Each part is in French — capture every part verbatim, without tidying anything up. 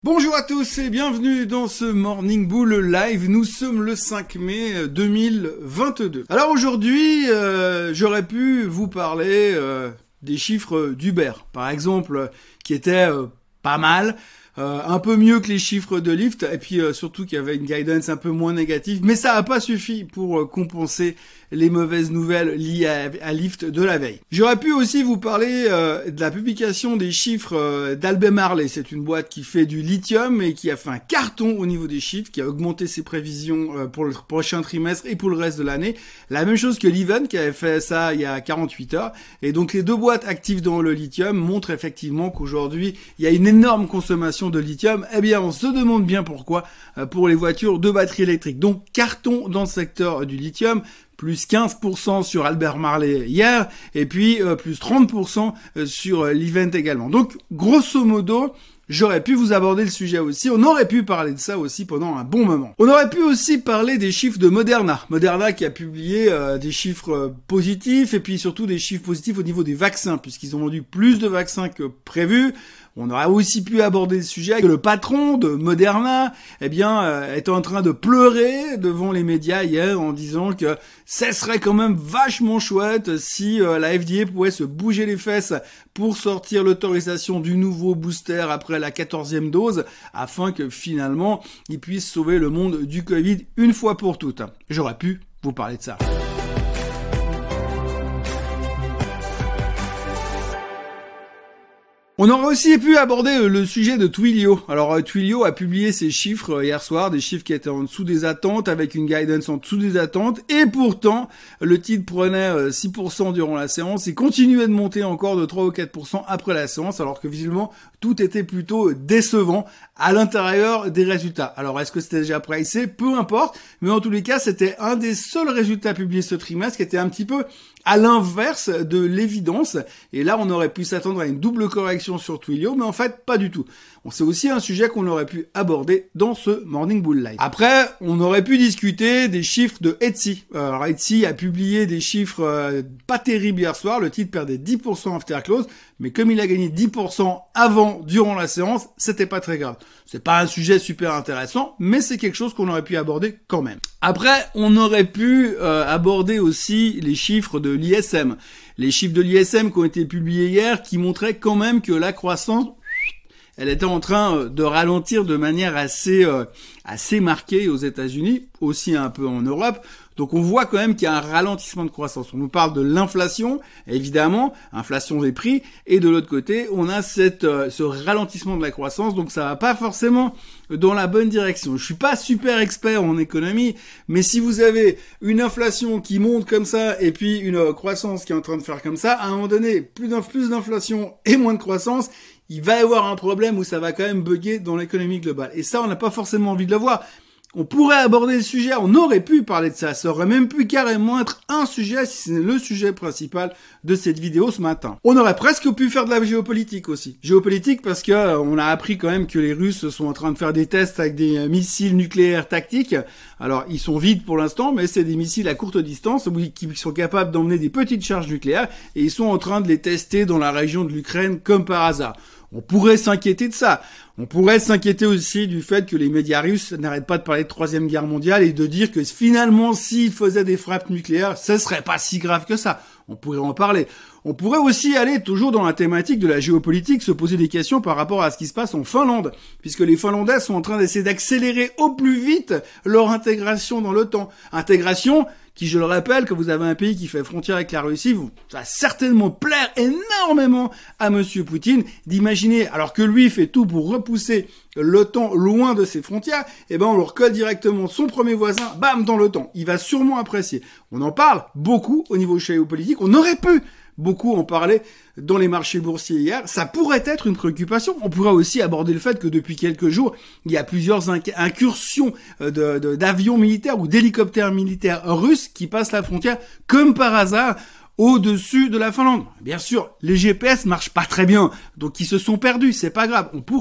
Bonjour à tous et bienvenue dans ce Morning Bull Live. Nous sommes le cinq mai deux mille vingt-deux. Alors aujourd'hui, euh, j'aurais pu vous parler euh, des chiffres d'Uber, par exemple, qui étaient euh, pas mal. Euh, un peu mieux que les chiffres de Lyft, et puis euh, surtout qu'il y avait une guidance un peu moins négative, mais ça n'a pas suffi pour euh, compenser les mauvaises nouvelles liées à, à Lyft de la veille. J'aurais pu aussi vous parler euh, de la publication des chiffres euh, d'Albemarle. C'est une boîte qui fait du lithium et qui a fait un carton au niveau des chiffres, qui a augmenté ses prévisions euh, pour le prochain trimestre et pour le reste de l'année. La même chose que Livent qui avait fait ça il y a quarante-huit heures. Et donc les deux boîtes actives dans le lithium montrent effectivement qu'aujourd'hui il y a une énorme consommation de lithium. Eh bien, on se demande bien pourquoi euh, pour les voitures de batterie électrique. Donc, carton dans le secteur du lithium, plus quinze pour cent sur Albemarle hier, et puis euh, plus trente pour cent sur euh, Livent également. Donc, grosso modo, j'aurais pu vous aborder le sujet aussi. On aurait pu parler de ça aussi pendant un bon moment. On aurait pu aussi parler des chiffres de Moderna. Moderna qui a publié euh, des chiffres euh, positifs, et puis surtout des chiffres positifs au niveau des vaccins, puisqu'ils ont vendu plus de vaccins que prévu. On aurait aussi pu aborder le sujet que le patron de Moderna, eh bien, euh, est en train de pleurer devant les médias hier en disant que ce serait quand même vachement chouette si euh, la F D A pouvait se bouger les fesses pour sortir l'autorisation du nouveau booster après la quatorzième dose, afin que finalement, il puisse sauver le monde du Covid une fois pour toutes. J'aurais pu vous parler de ça. On aurait aussi pu aborder le sujet de Twilio. Alors Twilio a publié ses chiffres hier soir, des chiffres qui étaient en dessous des attentes, avec une guidance en dessous des attentes, et pourtant le titre prenait six pour cent durant la séance et continuait de monter encore de trois ou quatre pour cent après la séance, alors que visiblement tout était plutôt décevant à l'intérieur des résultats. Alors est-ce que c'était déjà pricé? Peu importe, mais en tous les cas c'était un des seuls résultats publiés ce trimestre qui était un petit peu à l'inverse de l'évidence, et là on aurait pu s'attendre à une double correction sur Twilio, mais en fait pas du tout. Bon, c'est aussi un sujet qu'on aurait pu aborder dans ce Morning Bull Live. Après, on aurait pu discuter des chiffres de Etsy. Alors Etsy a publié des chiffres euh, pas terribles hier soir, le titre perdait dix pour cent after close, mais comme il a gagné dix pour cent avant, durant la séance, c'était pas très grave. C'est pas un sujet super intéressant, mais c'est quelque chose qu'on aurait pu aborder quand même. Après, on aurait pu euh, aborder aussi les chiffres de l'I S M. Les chiffres de l'I S M qui ont été publiés hier, qui montraient quand même que la croissance, elle était en train de ralentir de manière assez euh, assez marquée aux États-Unis, aussi un peu en Europe. Donc on voit quand même qu'il y a un ralentissement de croissance. On nous parle de l'inflation, évidemment, inflation des prix, et de l'autre côté, on a cette euh, ce ralentissement de la croissance, donc ça va pas forcément dans la bonne direction. Je suis pas super expert en économie, mais si vous avez une inflation qui monte comme ça, et puis une euh, croissance qui est en train de faire comme ça, à un moment donné, plus d'inf- plus d'inflation et moins de croissance, il va y avoir un problème où ça va quand même bugger dans l'économie globale. Et ça, on n'a pas forcément envie de le voir. On pourrait aborder le sujet, on aurait pu parler de ça, ça aurait même pu carrément être un sujet si c'est le sujet principal de cette vidéo ce matin. On aurait presque pu faire de la géopolitique aussi. Géopolitique parce que euh, on a appris quand même que les Russes sont en train de faire des tests avec des euh, missiles nucléaires tactiques. Alors ils sont vides pour l'instant, mais c'est des missiles à courte distance qui sont capables d'emmener des petites charges nucléaires, et ils sont en train de les tester dans la région de l'Ukraine comme par hasard. On pourrait s'inquiéter de ça. On pourrait s'inquiéter aussi du fait que les médias russes n'arrêtent pas de parler de troisième guerre mondiale et de dire que finalement, s'ils faisaient des frappes nucléaires, ce serait pas si grave que ça. On pourrait en parler. On pourrait aussi aller toujours dans la thématique de la géopolitique, se poser des questions par rapport à ce qui se passe en Finlande, puisque les Finlandais sont en train d'essayer d'accélérer au plus vite leur intégration dans l'OTAN. Intégration qui, je le rappelle, que vous avez un pays qui fait frontière avec la Russie, vous, ça va certainement plaire énormément à Monsieur Poutine d'imaginer, alors que lui fait tout pour repousser l'OTAN loin de ses frontières, et ben on leur colle directement son premier voisin, bam, dans l'OTAN. Il va sûrement apprécier. On en parle beaucoup au niveau géopolitique. On aurait pu beaucoup en parler dans les marchés boursiers hier. Ça pourrait être une préoccupation. On pourrait aussi aborder le fait que depuis quelques jours, il y a plusieurs inc- incursions de, de, d'avions militaires ou d'hélicoptères militaires russes qui passent la frontière comme par hasard au-dessus de la Finlande. Bien sûr, les G P S marchent pas très bien, donc ils se sont perdus, c'est pas grave. On pourrait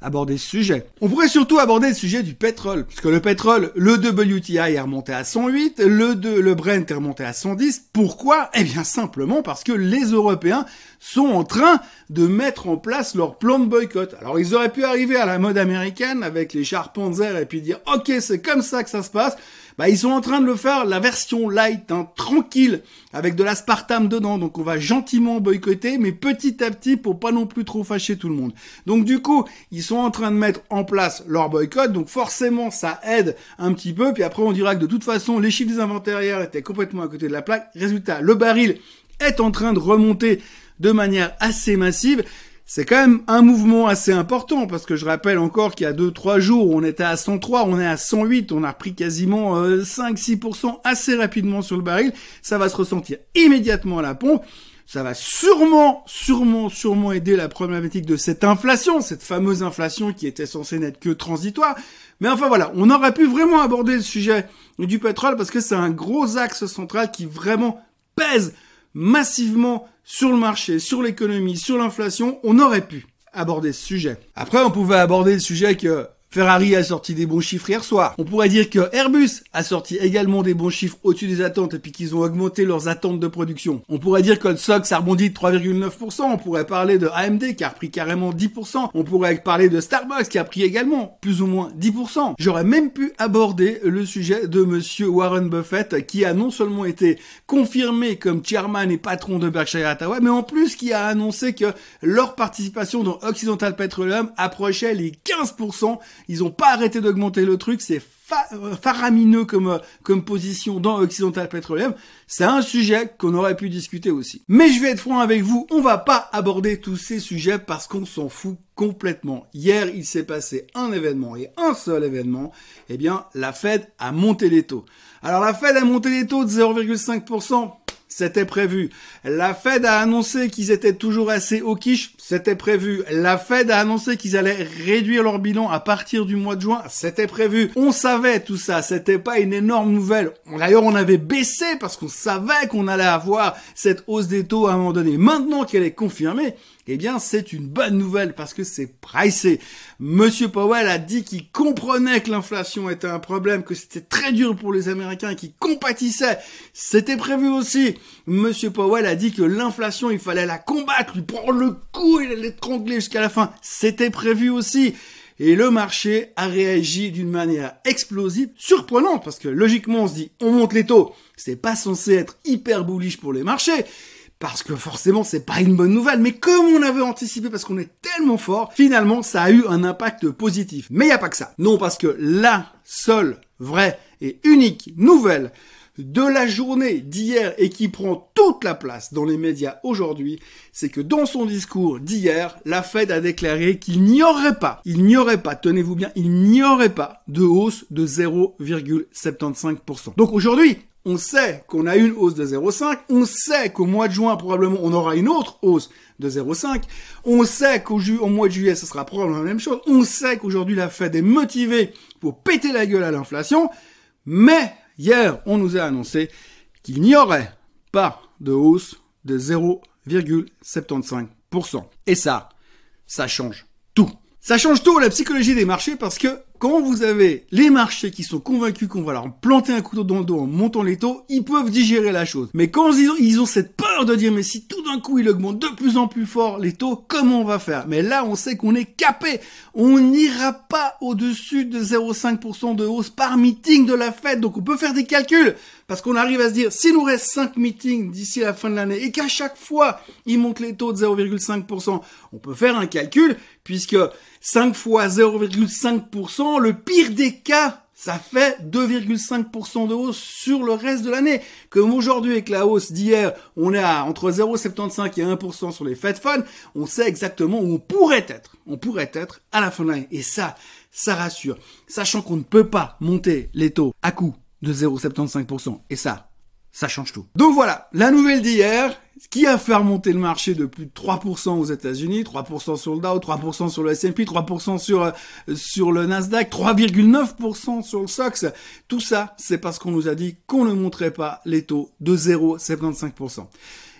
aborder ce sujet. On pourrait surtout aborder le sujet du pétrole, puisque le pétrole, le W T I est remonté à cent huit, le, de, le Brent est remonté à cent dix. Pourquoi? Eh bien simplement parce que les Européens sont en train de mettre en place leur plan de boycott. Alors ils auraient pu arriver à la mode américaine avec les chars Panzer et puis dire « Ok, c'est comme ça que ça se passe ». Bah, ils sont en train de le faire, la version light, hein, tranquille, avec de l'aspartame dedans. Donc, on va gentiment boycotter, mais petit à petit, pour pas non plus trop fâcher tout le monde. Donc, du coup, ils sont en train de mettre en place leur boycott. Donc, forcément, ça aide un petit peu. Puis après, on dira que de toute façon, les chiffres des inventaires hier étaient complètement à côté de la plaque. Résultat, le baril est en train de remonter de manière assez massive. C'est quand même un mouvement assez important parce que je rappelle encore qu'il y a deux trois jours, on était à cent trois, on est à cent huit, on a repris quasiment euh, cinq six pour cent assez rapidement sur le baril. Ça va se ressentir immédiatement à la pompe. Ça va sûrement, sûrement, sûrement aider la problématique de cette inflation, cette fameuse inflation qui était censée n'être que transitoire. Mais enfin voilà, on aurait pu vraiment aborder le sujet du pétrole parce que c'est un gros axe central qui vraiment pèse massivement sur le marché, sur l'économie, sur l'inflation. On aurait pu aborder ce sujet. Après, on pouvait aborder le sujet que Ferrari a sorti des bons chiffres hier soir. On pourrait dire que Airbus a sorti également des bons chiffres au-dessus des attentes et puis qu'ils ont augmenté leurs attentes de production. On pourrait dire que le S O X a rebondi de trois virgule neuf pour cent. On pourrait parler de A M D qui a repris carrément dix pour cent. On pourrait parler de Starbucks qui a pris également plus ou moins dix pour cent. J'aurais même pu aborder le sujet de monsieur Warren Buffett qui a non seulement été confirmé comme chairman et patron de Berkshire Hathaway, mais en plus qui a annoncé que leur participation dans Occidental Petroleum approchait les quinze pour cent. Ils ont pas arrêté d'augmenter le truc, c'est fa faramineux comme comme position dans Occidental Petroleum. C'est un sujet qu'on aurait pu discuter aussi. Mais je vais être franc avec vous, on va pas aborder tous ces sujets parce qu'on s'en fout complètement. Hier, il s'est passé un événement et un seul événement. Eh bien, la Fed a monté les taux. Alors la Fed a monté les taux de zéro virgule cinq pour cent. C'était prévu. La Fed a annoncé qu'ils étaient toujours assez hawkish. C'était prévu. La Fed a annoncé qu'ils allaient réduire leur bilan à partir du mois de juin. C'était prévu. On savait tout ça. C'était pas une énorme nouvelle. D'ailleurs, on avait baissé parce qu'on savait qu'on allait avoir cette hausse des taux à un moment donné. Maintenant qu'elle est confirmée, eh bien, c'est une bonne nouvelle parce que c'est pricé. Monsieur Powell a dit qu'il comprenait que l'inflation était un problème, que c'était très dur pour les Américains et qu'il compatissait. C'était prévu aussi. Monsieur Powell a dit que l'inflation, il fallait la combattre, lui prendre le coup et l'étrangler jusqu'à la fin. C'était prévu aussi. Et le marché a réagi d'une manière explosive, surprenante, parce que logiquement, on se dit, on monte les taux. C'est pas censé être hyper bullish pour les marchés. Parce que forcément, c'est pas une bonne nouvelle. Mais comme on avait anticipé, parce qu'on est tellement fort, finalement, ça a eu un impact positif. Mais il n'y a pas que ça. Non, parce que la seule, vraie et unique nouvelle de la journée d'hier et qui prend toute la place dans les médias aujourd'hui, c'est que dans son discours d'hier, la Fed a déclaré qu'il n'y aurait pas, il n'y aurait pas, tenez-vous bien, il n'y aurait pas de hausse de zéro virgule soixante-quinze pour cent. Donc aujourd'hui, on sait qu'on a une hausse de zéro virgule cinq, on sait qu'au mois de juin, probablement, on aura une autre hausse de zéro virgule cinq, on sait qu'au ju- au mois de juillet, ce sera probablement la même chose, on sait qu'aujourd'hui, la Fed est motivée pour péter la gueule à l'inflation, mais hier, on nous a annoncé qu'il n'y aurait pas de hausse de zéro virgule soixante-quinze pour cent. Et ça, ça change tout. Ça change tout la psychologie des marchés parce que quand vous avez les marchés qui sont convaincus qu'on va leur planter un couteau dans le dos en montant les taux, ils peuvent digérer la chose. Mais quand ils ont, ils ont cette peur de dire mais si tout d'un coup il augmente de plus en plus fort les taux, comment on va faire? Mais là on sait qu'on est capé. On n'ira pas au-dessus de zéro virgule cinq pour cent de hausse par meeting de la Fed. Donc on peut faire des calculs parce qu'on arrive à se dire s'il nous reste cinq meetings d'ici la fin de l'année et qu'à chaque fois ils montent les taux de zéro virgule cinq pour cent, on peut faire un calcul puisque cinq fois zéro virgule cinq pour cent, le pire des cas, ça fait deux virgule cinq pour cent de hausse sur le reste de l'année. Comme aujourd'hui avec la hausse d'hier, on est à entre zéro virgule soixante-quinze et un pour cent sur les Fed Funds, on sait exactement où on pourrait être. On pourrait être à la fin de l'année. Et ça, ça rassure. Sachant qu'on ne peut pas monter les taux à coût de zéro virgule soixante-quinze pour cent. Et ça, ça change tout. Donc voilà, la nouvelle d'hier, qui a fait remonter le marché de plus de trois pour cent aux États-Unis, trois pour cent sur le Dow, trois pour cent sur le S and P, trois pour cent sur, euh, sur le Nasdaq, trois virgule neuf pour cent sur le S O X. Tout ça, c'est parce qu'on nous a dit qu'on ne monterait pas les taux de zéro virgule soixante-quinze pour cent.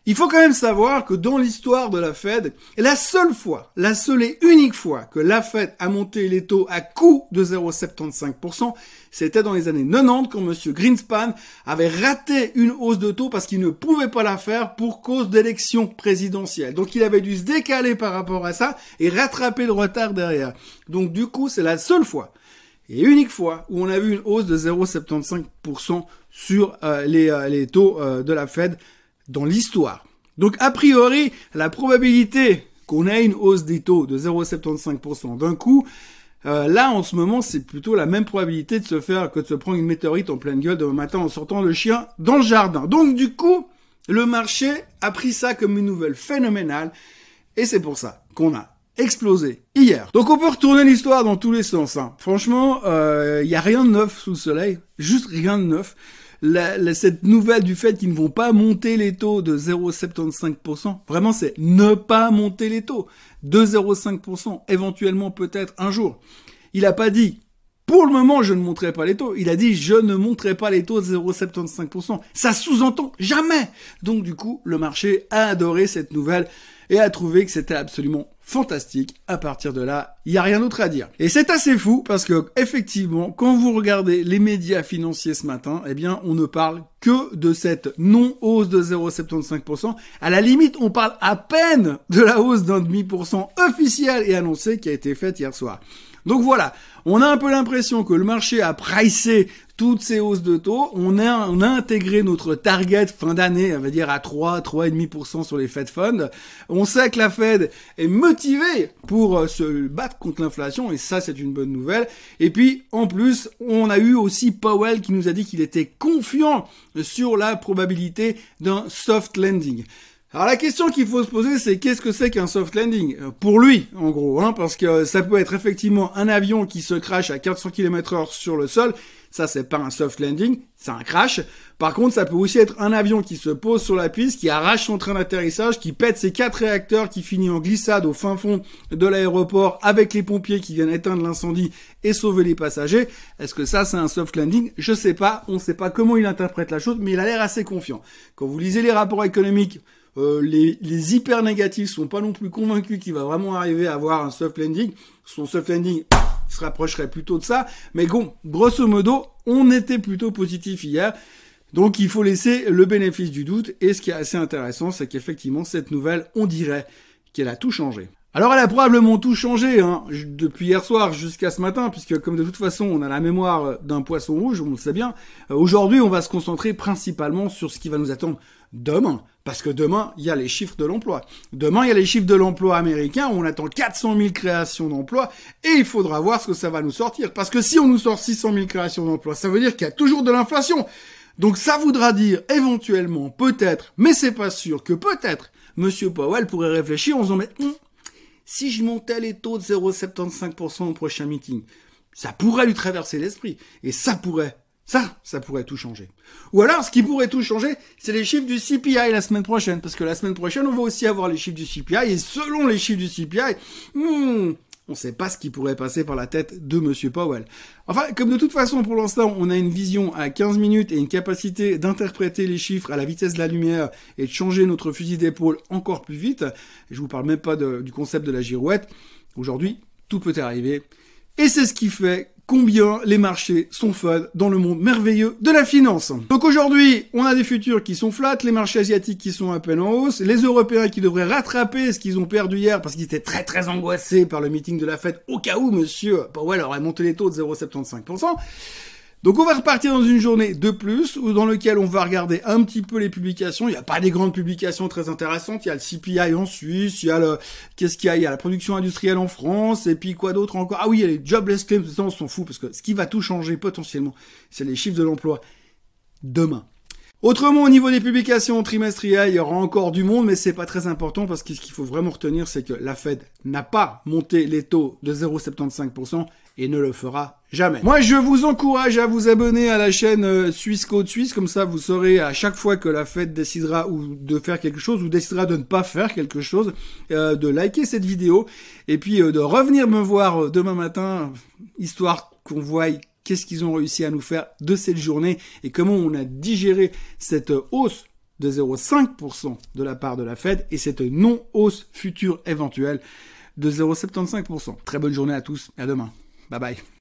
Il faut quand même savoir que dans l'histoire de la Fed, la seule fois, la seule et unique fois que la Fed a monté les taux à coup de zéro virgule soixante-quinze pour cent, c'était dans les années quatre-vingt-dix quand monsieur Greenspan avait raté une hausse de taux parce qu'il ne pouvait pas la faire pour cause d'élection présidentielle. Donc il avait dû se décaler par rapport à ça et rattraper le retard derrière. Donc du coup, c'est la seule fois et unique fois où on a vu une hausse de zéro virgule soixante-quinze pour cent sur euh, les, euh, les taux euh, de la Fed dans l'histoire. Donc, a priori, la probabilité qu'on ait une hausse des taux de zéro virgule soixante-quinze pour cent d'un coup, euh, là, en ce moment, c'est plutôt la même probabilité de se faire que de se prendre une météorite en pleine gueule demain matin en sortant le chien dans le jardin. Donc, du coup, le marché a pris ça comme une nouvelle phénoménale et c'est pour ça qu'on a explosé hier. Donc, on peut retourner l'histoire dans tous les sens. Hein. Franchement, il euh, y a rien de neuf sous le soleil, juste rien de neuf. La, la, cette nouvelle du fait qu'ils ne vont pas monter les taux de zéro virgule soixante-quinze pour cent, vraiment c'est ne pas monter les taux de zéro virgule cinq pour cent, éventuellement peut-être un jour. Il a pas dit, pour le moment je ne monterai pas les taux, il a dit je ne monterai pas les taux de zéro virgule soixante-quinze pour cent. Ça sous-entend jamais. Donc du coup, le marché a adoré cette nouvelle et a trouvé que c'était absolument fantastique. À partir de là, il n'y a rien d'autre à dire. Et c'est assez fou parce que, effectivement, quand vous regardez les médias financiers ce matin, eh bien, on ne parle que de cette non-hausse de zéro virgule soixante-quinze pour cent. À la limite, on parle à peine de la hausse d'un demi pour cent officielle et annoncée qui a été faite hier soir. Donc voilà, on a un peu l'impression que le marché a pricé toutes ces hausses de taux. On a, on a intégré notre target fin d'année, on va dire à trois, trois virgule cinq pour cent sur les Fed Funds. On sait que la Fed est motivée pour se battre contre l'inflation et ça, c'est une bonne nouvelle. Et puis, en plus, on a eu aussi Powell qui nous a dit qu'il était confiant sur la probabilité d'un soft landing. Alors la question qu'il faut se poser, c'est qu'est-ce que c'est qu'un soft landing ? Pour lui, en gros, hein, parce que ça peut être effectivement un avion qui se crache à quatre cents kilomètres heure sur le sol. Ça, c'est pas un soft landing, c'est un crash. Par contre, ça peut aussi être un avion qui se pose sur la piste, qui arrache son train d'atterrissage, qui pète ses quatre réacteurs, qui finit en glissade au fin fond de l'aéroport avec les pompiers qui viennent éteindre l'incendie et sauver les passagers. Est-ce que ça, c'est un soft landing ? Je sais pas. On sait pas comment il interprète la chose, mais il a l'air assez confiant. Quand vous lisez les rapports économiques, Euh, les, les hyper négatifs sont pas non plus convaincus qu'il va vraiment arriver à avoir un soft landing. Son soft landing se rapprocherait plutôt de ça. Mais bon, grosso modo, on était plutôt positif hier. Donc il faut laisser le bénéfice du doute. Et ce qui est assez intéressant, c'est qu'effectivement, cette nouvelle, on dirait qu'elle a tout changé. Alors elle a probablement tout changé hein, depuis hier soir jusqu'à ce matin, puisque comme de toute façon on a la mémoire d'un poisson rouge, on le sait bien. Euh, aujourd'hui, on va se concentrer principalement sur ce qui va nous attendre demain, parce que demain, il y a les chiffres de l'emploi. Demain, il y a les chiffres de l'emploi américain, où on attend quatre cent mille créations d'emplois, et il faudra voir ce que ça va nous sortir. Parce que si on nous sort six cent mille créations d'emplois, ça veut dire qu'il y a toujours de l'inflation. Donc ça voudra dire éventuellement, peut-être, mais c'est pas sûr, que peut-être, Monsieur Powell pourrait réfléchir en disant, mais hum, si je montais les taux de zéro virgule soixante-quinze pour cent au prochain meeting, ça pourrait lui traverser l'esprit, et ça pourrait Ça, ça pourrait tout changer. Ou alors, ce qui pourrait tout changer, c'est les chiffres du C P I la semaine prochaine. Parce que la semaine prochaine, on va aussi avoir les chiffres du C P I. Et selon les chiffres du C P I, hmm, on ne sait pas ce qui pourrait passer par la tête de Monsieur Powell. Enfin, comme de toute façon, pour l'instant, on a une vision à quinze minutes et une capacité d'interpréter les chiffres à la vitesse de la lumière et de changer notre fusil d'épaule encore plus vite. Je vous parle même pas de, du concept de la girouette. Aujourd'hui, tout peut arriver. Et c'est ce qui fait combien les marchés sont fun dans le monde merveilleux de la finance. Donc aujourd'hui, on a des futurs qui sont flats, les marchés asiatiques qui sont à peine en hausse, les Européens qui devraient rattraper ce qu'ils ont perdu hier parce qu'ils étaient très très angoissés par le meeting de la Fed au cas où Monsieur Powell aurait monté les taux de zéro virgule soixante-quinze pour cent. Donc on va repartir dans une journée de plus, ou dans lequel on va regarder un petit peu les publications. Il n'y a pas des grandes publications très intéressantes. Il y a le C P I en Suisse, il y a le, qu'est-ce qu'il y a? Il y a la production industrielle en France, et puis quoi d'autre encore? Ah oui, il y a les jobless claims, ça on s'en fout, parce que ce qui va tout changer potentiellement, c'est les chiffres de l'emploi demain. Autrement, au niveau des publications trimestrielles, il y aura encore du monde, mais c'est pas très important parce que ce qu'il faut vraiment retenir, c'est que la Fed n'a pas monté les taux de zéro virgule soixante-quinze pour cent et ne le fera jamais. Moi, je vous encourage à vous abonner à la chaîne euh, Suisse Code Suisse, comme ça vous saurez à chaque fois que la Fed décidera ou de faire quelque chose ou décidera de ne pas faire quelque chose, euh, de liker cette vidéo et puis euh, de revenir me voir euh, demain matin, histoire qu'on voie qu'est-ce qu'ils ont réussi à nous faire de cette journée et comment on a digéré cette hausse de zéro virgule cinq pour cent de la part de la Fed et cette non-hausse future éventuelle de zéro virgule soixante-quinze pour cent. Très bonne journée à tous et à demain. Bye bye.